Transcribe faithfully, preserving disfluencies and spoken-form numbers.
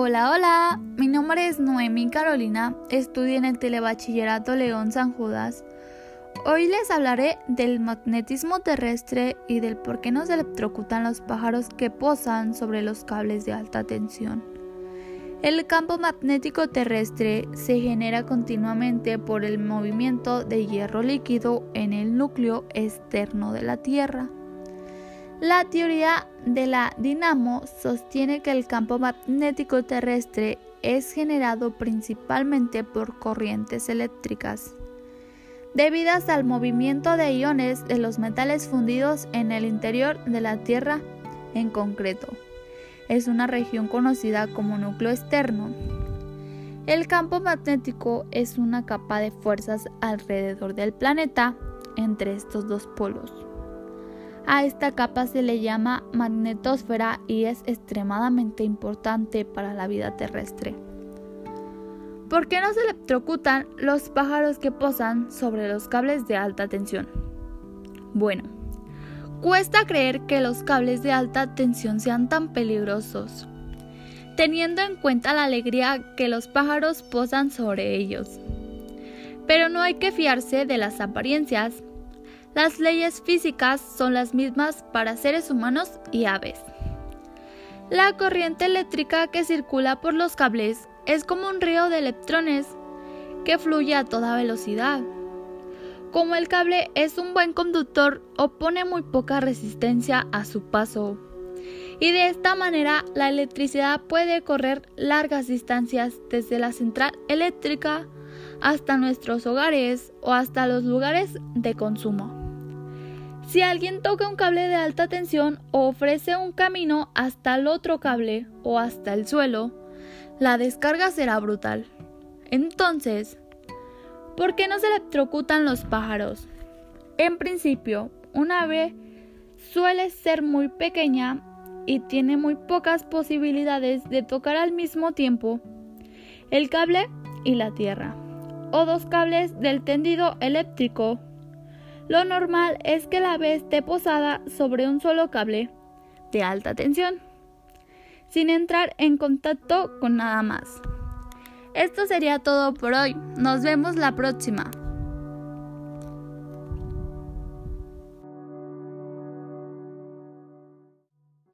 Hola, hola, mi nombre es Noemi Carolina, estudio en el Telebachillerato León San Judas. Hoy les hablaré del magnetismo terrestre y del por qué nos electrocutan los pájaros que posan sobre los cables de alta tensión. El campo magnético terrestre se genera continuamente por el movimiento de hierro líquido en el núcleo externo de la Tierra. La teoría de la dinamo sostiene que el campo magnético terrestre es generado principalmente por corrientes eléctricas, debidas al movimiento de iones de los metales fundidos en el interior de la Tierra en concreto. Es una región conocida como núcleo externo. El campo magnético es una capa de fuerzas alrededor del planeta entre estos dos polos. A esta capa se le llama magnetosfera y es extremadamente importante para la vida terrestre. ¿Por qué nos electrocutan los pájaros que posan sobre los cables de alta tensión? Bueno, cuesta creer que los cables de alta tensión sean tan peligrosos, teniendo en cuenta la alegría que los pájaros posan sobre ellos. Pero no hay que fiarse de las apariencias. Las leyes físicas son las mismas para seres humanos y aves. La corriente eléctrica que circula por los cables es como un río de electrones que fluye a toda velocidad. Como el cable es un buen conductor, opone muy poca resistencia a su paso. Y de esta manera la electricidad puede correr largas distancias desde la central eléctrica hasta nuestros hogares o hasta los lugares de consumo. Si alguien toca un cable de alta tensión o ofrece un camino hasta el otro cable o hasta el suelo, la descarga será brutal. Entonces, ¿por qué nos electrocutan los pájaros? En principio, un ave suele ser muy pequeña y tiene muy pocas posibilidades de tocar al mismo tiempo el cable y la tierra, o dos cables del tendido eléctrico. Lo normal es que la ave esté posada sobre un solo cable de alta tensión, sin entrar en contacto con nada más. Esto sería todo por hoy. Nos vemos la próxima.